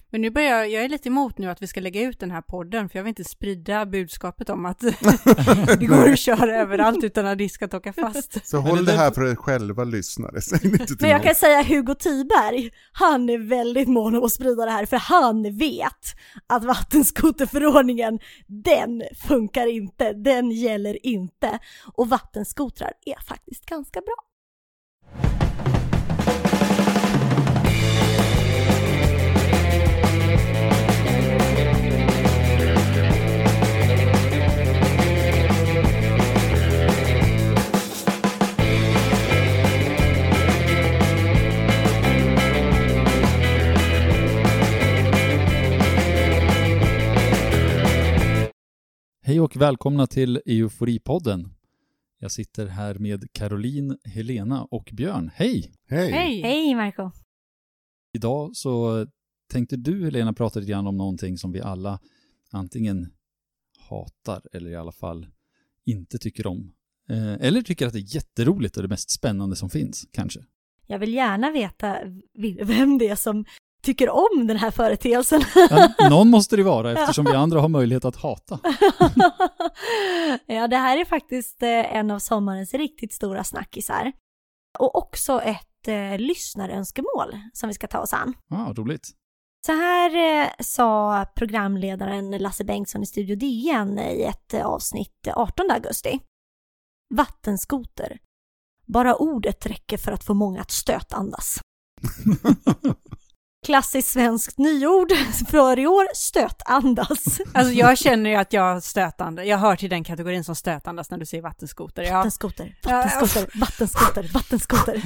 Men nu jag är lite emot nu att vi ska lägga ut den här podden, för jag vill inte sprida budskapet om att det går att köra överallt utan att diskat åka fast. Så håll det här för er själva lyssnare. Men jag kan säga Hugo Tiberg, han är väldigt mån om att sprida det här, för han vet att vattenskoterförordningen, den funkar inte, den gäller inte. Och vattenskotrar är faktiskt ganska bra. Hej och välkomna till Euforipodden. Jag sitter här med Caroline, Helena och Björn. Hej! Hej! Hej Marco! Idag så tänkte du, Helena, prata lite grann om någonting som vi alla antingen hatar eller i alla fall inte tycker om. Eller tycker att det är jätteroligt och det mest spännande som finns, kanske. Jag vill gärna veta vem det är som tycker om den här företeelsen. Ja, någon måste det vara, eftersom vi andra har möjlighet att hata. Ja, det här är faktiskt en av sommarens riktigt stora snackisar. Och också ett lyssnarönskemål som vi ska ta oss an. Ja, roligt. Så här sa programledaren Lasse Bengtsson i Studio DN i ett avsnitt 18 augusti. Vattenskoter. Bara ordet räcker för att få många att stötandas. Klassiskt svenskt nyord för i år, stötandas. Alltså jag känner ju att jag stötande. Jag hör till den kategorin som stötandas när du säger vattenskoter. Vattenskoter.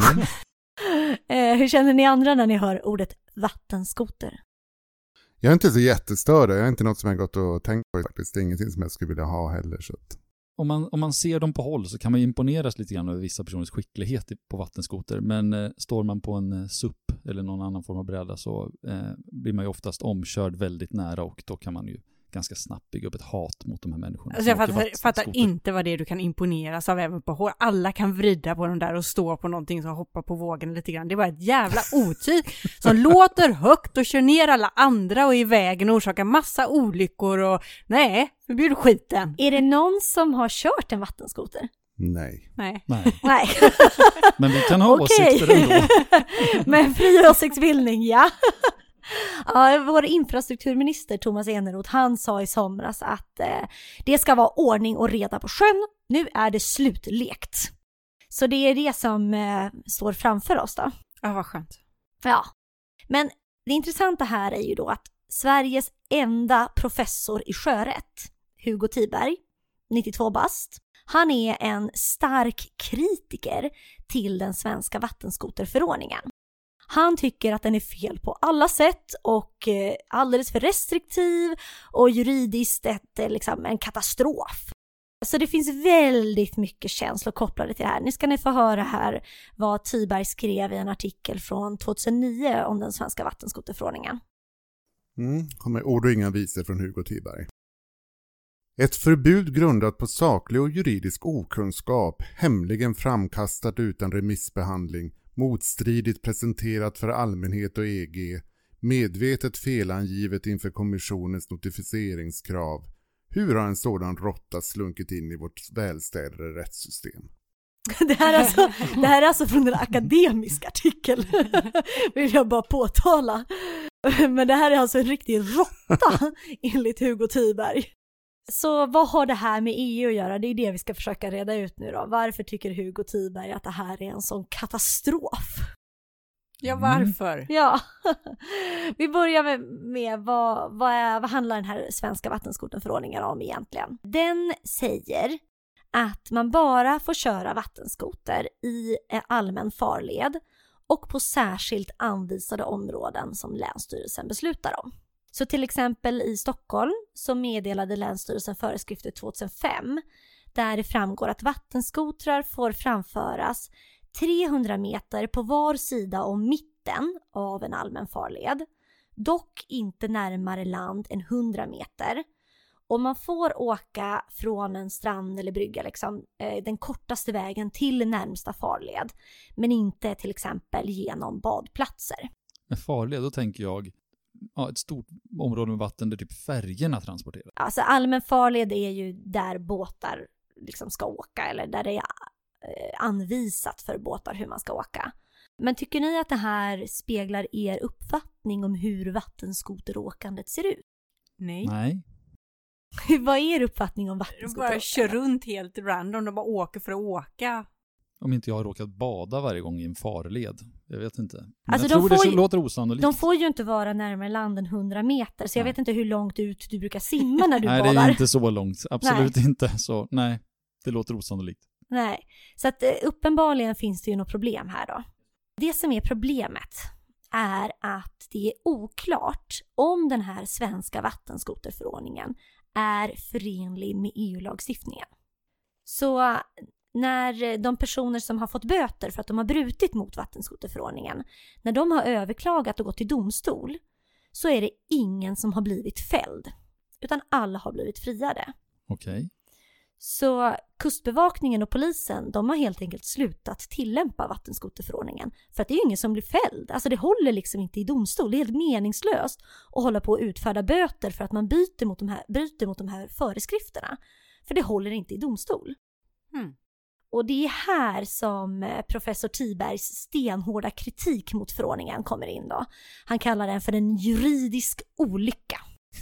Hur känner ni andra när ni hör ordet vattenskoter? Jag är inte så jättestörd. Jag är inte något som jag gått och tänkt på faktiskt. Det är ingenting som jag skulle vilja ha heller. Så att... Om man ser dem på håll så kan man imponeras lite grann över vissa personers skicklighet på vattenskoter. Men står man på en SUP eller någon annan form av bräda så blir man ju oftast omkörd väldigt nära, och då kan man ju ganska snabbt bygga upp ett hat mot de här människorna. Alltså jag fattar inte vad det är du kan imponeras av även på håll. Alla kan vrida på dem där och stå på någonting som hoppar på vågen lite grann. Det var ett jävla otyg som låter högt och kör ner alla andra och i vägen och orsakar massa olyckor och nej, förbjud skiten. Är det någon som har kört en vattenskoter? Nej. Men vi kan ha åsikter ändå. Men fri åsiktsbildning, ja. Ja, vår infrastrukturminister Thomas Eneroth, han sa i somras att det ska vara ordning och reda på sjön. Nu är det slutlekt. Så det är det som står framför oss då. Ja, vad skönt. Ja, men det intressanta här är ju då att Sveriges enda professor i sjörätt, Hugo Tiberg, 92 bast, han är en stark kritiker till den svenska vattenskoterförordningen. Han tycker att den är fel på alla sätt och alldeles för restriktiv och juridiskt en katastrof. Så det finns väldigt mycket känslor kopplade till det här. Nu ska ni få höra här vad Tiberg skrev i en artikel från 2009 om den svenska vattenskoterförordningen. Kommer ord och inga visor från Hugo Tiberg. Ett förbud grundat på saklig och juridisk okunskap, hemligen framkastat utan remissbehandling, motstridigt presenterat för allmänhet och EG, medvetet felangivet inför kommissionens notifieringskrav. Hur har en sådan råtta slunkit in i vårt välstädade rättssystem? Det här är alltså från en akademisk artikel, vill jag bara påtala. Men det här är alltså en riktig råtta enligt Hugo Tiberg. Så vad har det här med EU att göra? Det är det vi ska försöka reda ut nu då. Varför tycker Hugo Tiberg att det här är en sån katastrof? Ja, varför? Ja, vi börjar med vad handlar den här svenska vattenskoterförordningen om egentligen? Den säger att man bara får köra vattenskoter i allmän farled och på särskilt anvisade områden som Länsstyrelsen beslutar om. Så till exempel i Stockholm så meddelade Länsstyrelsen föreskrifter 2005 där det framgår att vattenskotrar får framföras 300 meter på var sida om mitten av en allmän farled, dock inte närmare land än 100 meter. Och man får åka från en strand eller brygga den kortaste vägen till närmsta farled, men inte till exempel genom badplatser. Med farled, då tänker jag ett stort område med vatten där typ färgerna transporteras. Alltså allmän farled är ju där båtar liksom ska åka, eller där det är anvisat för båtar hur man ska åka. Men tycker ni att det här speglar er uppfattning om hur vattenskoteråkandet ser ut? Nej. Vad är er uppfattning om De vattenskoteråkandet? bara kör runt helt random, de bara åker för att åka. Om inte jag har råkat bada varje gång i en farled. Jag vet inte. Men Alltså, jag tror de får det ju- låter osannolikt. De får ju inte vara närmare land än 100 meter, så jag Nej. vet inte hur långt ut du brukar simma när du Nej, badar. det är inte så långt. Absolut inte. Så nej, det låter osannolikt. Nej, så att uppenbarligen finns det ju något problem här då. Det som är problemet är att det är oklart om den här svenska vattenskoterförordningen är förenlig med EU-lagstiftningen. Så när de personer som har fått böter för att de har brutit mot vattenskoterförordningen, när de har överklagat och gått till domstol, så är det ingen som har blivit fälld, utan alla har blivit friade. Okej. Så kustbevakningen och polisen, de har helt enkelt slutat tillämpa vattenskoterförordningen. För att det är ju ingen som blir fälld. Alltså det håller liksom inte i domstol. Det är helt meningslöst att hålla på att utfärda böter för att man bryter mot de här föreskrifterna. För det håller inte i domstol. Och det är här som professor Tibergs stenhårda kritik mot förordningen kommer in då. Han kallar den för en juridisk olycka.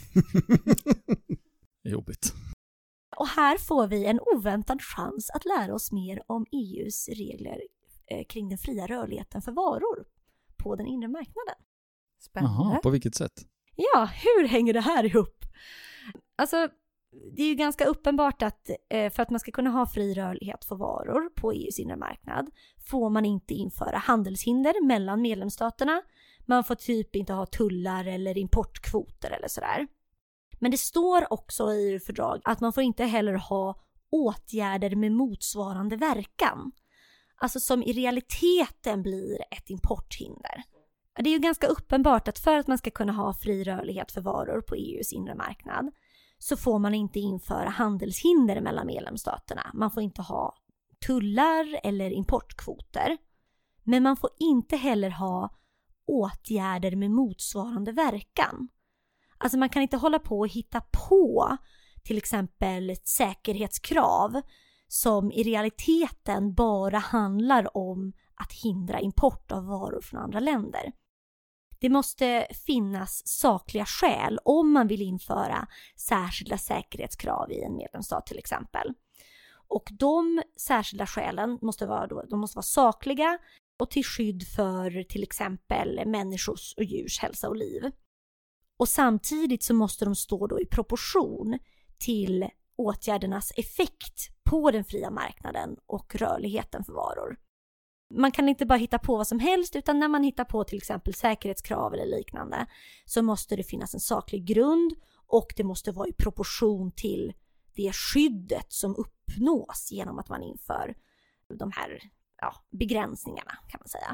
Jobbigt. Och här får vi en oväntad chans att lära oss mer om EUs regler kring den fria rörligheten för varor på den inre marknaden. Spännande. Jaha, på vilket sätt? Ja, hur hänger det här ihop? Alltså, det är ju ganska uppenbart att för att man ska kunna ha fri rörlighet för varor på EUs inre marknad får man inte införa handelshinder mellan medlemsstaterna. Man får typ inte ha tullar eller importkvoter eller sådär. Men det står också i fördrag att man får inte heller ha åtgärder med motsvarande verkan. Alltså som i realiteten blir ett importhinder. Det är ju ganska uppenbart att för att man ska kunna ha fri rörlighet för varor på EUs inre marknad så får man inte införa handelshinder mellan medlemsstaterna. Man får inte ha tullar eller importkvoter. Men man får inte heller ha åtgärder med motsvarande verkan. Alltså man kan inte hålla på och hitta på till exempel ett säkerhetskrav som i realiteten bara handlar om att hindra import av varor från andra länder. Det måste finnas sakliga skäl om man vill införa särskilda säkerhetskrav i en medlemsstat till exempel. Och de särskilda skälen måste vara sakliga och till skydd för till exempel människors och djurs hälsa och liv. Och samtidigt så måste de stå då i proportion till åtgärdernas effekt på den fria marknaden och rörligheten för varor. Man kan inte bara hitta på vad som helst, utan när man hittar på till exempel säkerhetskrav eller liknande så måste det finnas en saklig grund och det måste vara i proportion till det skyddet som uppnås genom att man inför de här begränsningarna kan man säga.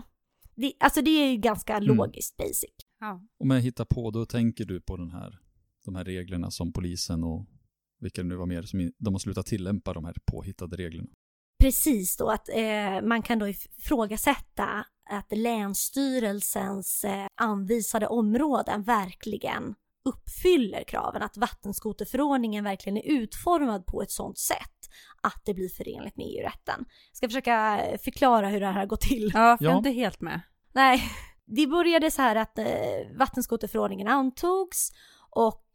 Det är ju ganska logiskt basic. Ja. Om jag hittar på, då tänker du på de här reglerna som polisen och vilka det nu var mer som de har slutat tillämpa de här påhittade reglerna. Precis då, att man kan då ifrågasätta att länsstyrelsens anvisade områden verkligen uppfyller kraven, att vattenskoterförordningen verkligen är utformad på ett sådant sätt att det blir förenligt med EU-rätten. Jag ska försöka förklara hur det här har gått till. Ja, för jag är inte helt med. Nej, det började så här att vattenskoterförordningen antogs och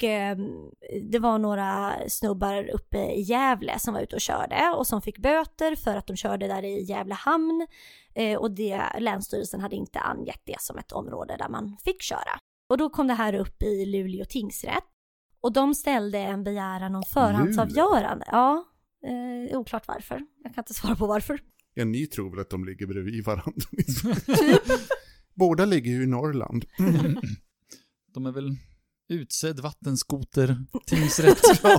det var några snubbar uppe i Gävle som var ute och körde och som fick böter för att de körde där i Gävle hamn och länsstyrelsen hade inte angett det som ett område där man fick köra. Och då kom det här upp i Luleå tingsrätt och de ställde en begäran om förhandsavgörande. Ja, oklart varför. Jag kan inte svara på varför. Ja, ni tror väl att de ligger bredvid varandra? Båda ligger ju i Norrland. De är väl utsedd vattenskoter tingsrätt.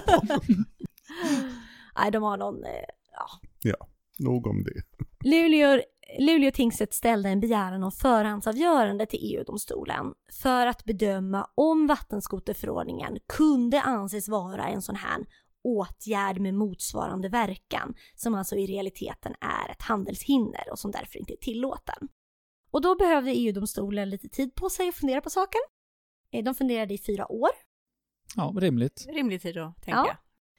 Nej, de har någon... Ja, nog om det. Luleå tingsrätt ställde en begäran om förhandsavgörande till EU-domstolen för att bedöma om vattenskoterförordningen kunde anses vara en sån här åtgärd med motsvarande verkan som alltså i realiteten är ett handelshinder och som därför inte är tillåten. Och då behövde EU-domstolen lite tid på sig att fundera på saken. De funderade i 4 år. Ja, rimligt. Rimlig tid då, tänker Ja. jag.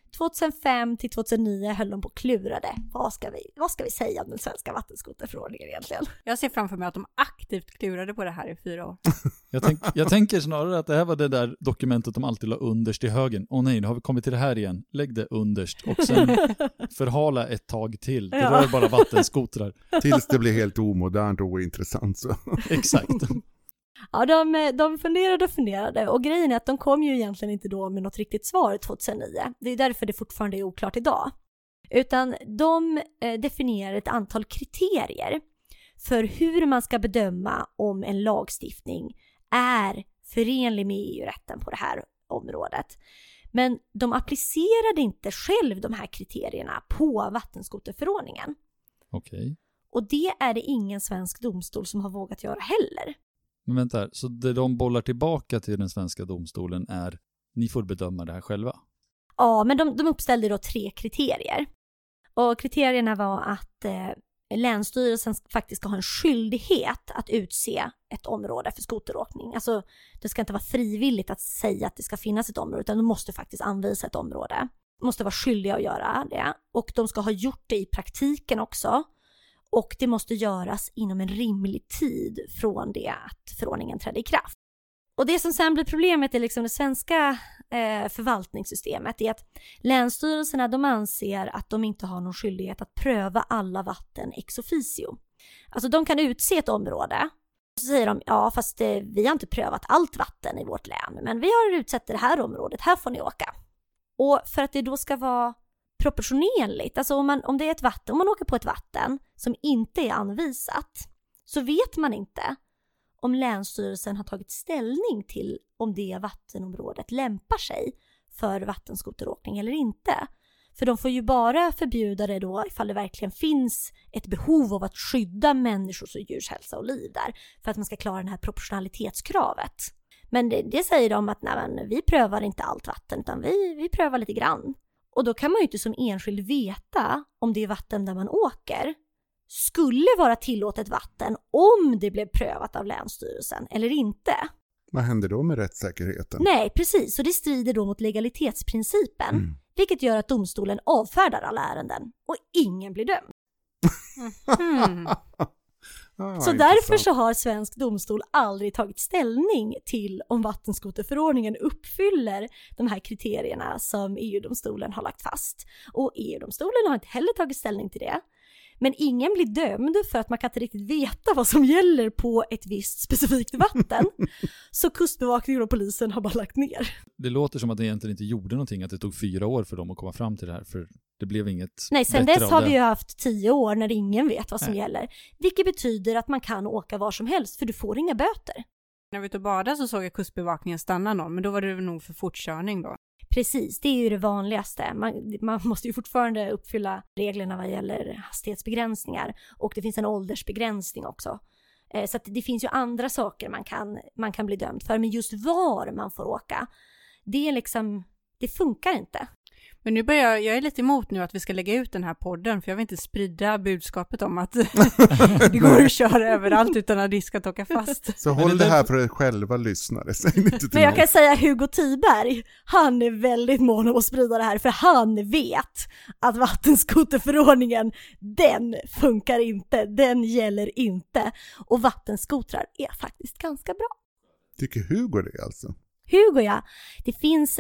2005 till 2009 höll de på och klurade. Vad ska vi säga om den svenska vattenskoterförordningen egentligen? Jag ser framför mig att de aktivt klurade på det här i 4 år. Jag tänker snarare att det här var det där dokumentet de alltid la underst i högen. Åh nej, nu har vi kommit till det här igen. Lägg det underst och sen förhala ett tag till. Det rör bara vattenskotrar. Tills det blir helt omodernt och ointressant så. Exakt. Ja, de funderade och grejen är att de kom ju egentligen inte då med något riktigt svar 2009. Det är därför det fortfarande är oklart idag. Utan de definierar ett antal kriterier för hur man ska bedöma om en lagstiftning är förenlig med EU-rätten på det här området. Men de applicerade inte själv de här kriterierna på vattenskoterförordningen. Okej. Och det är det ingen svensk domstol som har vågat göra heller. Men vänta här, så det de bollar tillbaka till den svenska domstolen är ni får bedöma det här själva? Ja, men de uppställde då 3 kriterier. Och kriterierna var att länsstyrelsen faktiskt ska ha en skyldighet att utse ett område för skoteråkning. Alltså det ska inte vara frivilligt att säga att det ska finnas ett område, utan de måste faktiskt anvisa ett område. De måste vara skyldiga att göra det. Och de ska ha gjort det i praktiken också. Och det måste göras inom en rimlig tid från det att förordningen trädde i kraft. Och det som sen blir problemet är liksom det svenska förvaltningssystemet är att länsstyrelserna de anser att de inte har någon skyldighet att pröva alla vatten ex officio. Alltså de kan utse ett område och så säger de ja fast vi har inte prövat allt vatten i vårt län men vi har utsett det här området, här får ni åka. Och för att det då ska vara proportionerligt, alltså om det är ett vatten, om man åker på ett vatten som inte är anvisat så vet man inte om länsstyrelsen har tagit ställning till om det vattenområdet lämpar sig för vattenskoteråkning eller inte. För de får ju bara förbjuda det då ifall det verkligen finns ett behov av att skydda människors och djurs hälsa och liv där för att man ska klara det här proportionalitetskravet. Men det säger de att nej, men vi prövar inte allt vatten utan vi prövar lite grann. Och då kan man ju inte som enskild veta om det är vatten där man åker skulle vara tillåtet vatten om det blev prövat av länsstyrelsen eller inte. Vad händer då med rättssäkerheten? Nej, precis. Så det strider då mot legalitetsprincipen. Vilket gör att domstolen avfärdar alla ärenden och ingen blir dömd. Så därför så har svensk domstol aldrig tagit ställning till om vattenskoterförordningen uppfyller de här kriterierna som EU-domstolen har lagt fast. Och EU-domstolen har inte heller tagit ställning till det. Men ingen blir dömd för att man kan inte riktigt veta vad som gäller på ett visst specifikt vatten. Så kustbevakningen och polisen har bara lagt ner. Det låter som att det egentligen inte gjorde någonting, att det tog 4 år för dem att komma fram till det här, för det blev inget. Nej, sen dess har vi ju haft 10 år när ingen vet vad som gäller. Vilket betyder att man kan åka var som helst för du får inga böter. När vi tog bada så såg jag kustbevakningen stanna någon, men då var det nog för fortkörning då. Precis, det är ju det vanligaste. Man måste ju fortfarande uppfylla reglerna vad gäller hastighetsbegränsningar. Och det finns en åldersbegränsning också. Så att det finns ju andra saker man kan bli dömd för. Men just var man får åka, det är liksom, det funkar inte. Men nu jag är lite emot nu att vi ska lägga ut den här podden, för jag vill inte sprida budskapet om att det går att köra överallt utan att risk att åka fast. Så håll det här för er själva lyssnare. Men jag kan säga Hugo Tiberg, han är väldigt mån om att sprida det här, för han vet att vattenskoterförordningen, den funkar inte, den gäller inte. Och vattenskotrar är faktiskt ganska bra. Tycker Hugo det alltså? Hugo, ja. Det finns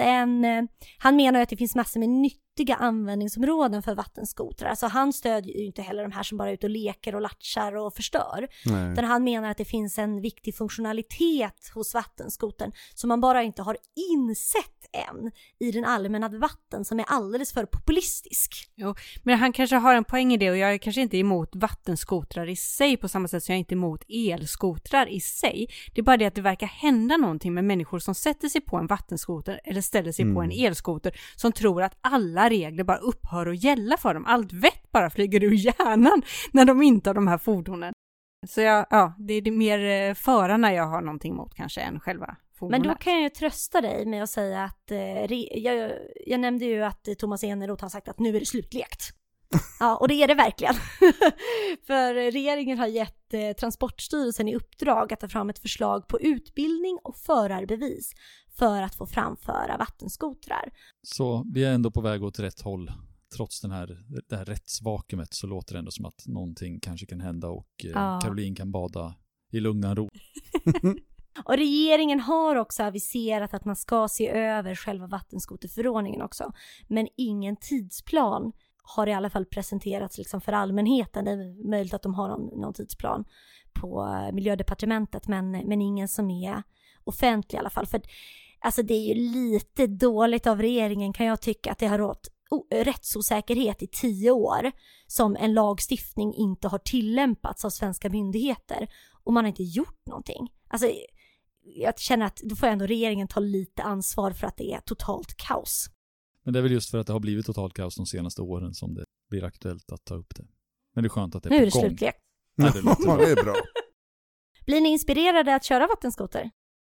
han menar att det finns massor med nyttiga användningsområden för vattenskotrar. Alltså han stödjer ju inte heller de här som bara är ute och leker och latchar och förstör. Nej. Utan han menar att det finns en viktig funktionalitet hos vattenskotern som man bara inte har insett än i den allmänna debatten, som är alldeles för populistisk. Jo, men han kanske har en poäng i det, och jag är kanske inte emot vattenskotrar i sig på samma sätt som jag är inte emot elskotrar i sig. Det är bara det att det verkar hända någonting med människor som sätter sig på en vattenskoter eller ställer sig på en elskoter som tror att alla regler bara upphör att gälla för dem. Allt vett bara flyger ur hjärnan när de inte har de här fordonen. Så det är mer förarna jag har någonting emot kanske än själva fordonet. Men då kan jag ju trösta dig med att säga att jag nämnde ju att Thomas Eneroth har sagt att nu är det slutlekt. Ja, och det är det verkligen. För regeringen har gett Transportstyrelsen i uppdrag att ta fram ett förslag på utbildning och förarbevis för att få framföra vattenskotrar. Så vi är ändå på väg åt rätt håll. Trots det här rättsvakuumet så låter det ändå som att någonting kanske kan hända och Caroline kan bada i lugn och ro. Och regeringen har också aviserat att man ska se över själva vattenskoterförordningen också. Men ingen tidsplan har i alla fall presenterats liksom för allmänheten. Det är möjligt att de har någon tidsplan på Miljödepartementet, men ingen som är offentlig i alla fall. För alltså, det är ju lite dåligt av regeringen, kan jag tycka, att det har rått rättsosäkerhet i 10 år som en lagstiftning inte har tillämpats av svenska myndigheter och man har inte gjort någonting. Alltså, jag känner att då får ändå regeringen ta lite ansvar för att det är totalt kaos. Men det är väl just för att det har blivit totalt kaos de senaste åren som det blir aktuellt att ta upp det. Men det är skönt att det är nu på gång. Nu är det slutlek. Ja, det låter bra. Det är bra. Blir ni inspirerade att köra vattenskoter?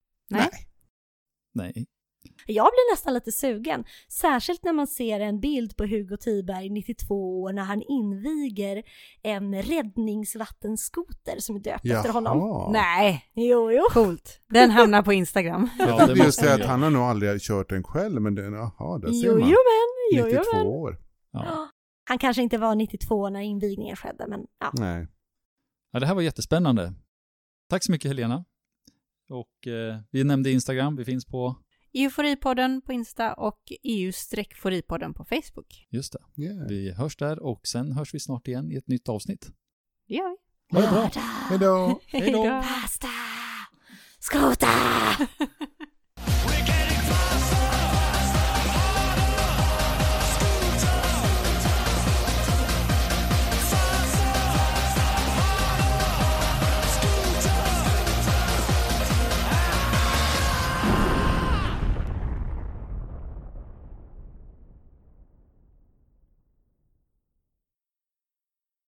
Nej. Jag blir nästan lite sugen. Särskilt när man ser en bild på Hugo Tiberg, 92 år, när han inviger en räddningsvattenskoter som är döpt efter honom. Nej, Jo. coolt. Den hamnar på Instagram. Ja, det just det att han har nog aldrig kört den själv, men där ser man. 92 år. Ja. Han kanske inte var 92 när invigningen skedde, men ja. Nej. Ja, det här var jättespännande. Tack så mycket, Helena. Och vi nämnde Instagram, vi finns på Euforipodden på Insta och EU-foripodden på Facebook. Just det. Yeah. Vi hörs där och sen hörs vi snart igen i ett nytt avsnitt. Det gör vi. Ha det bra. Hej då. Pasta! Skota!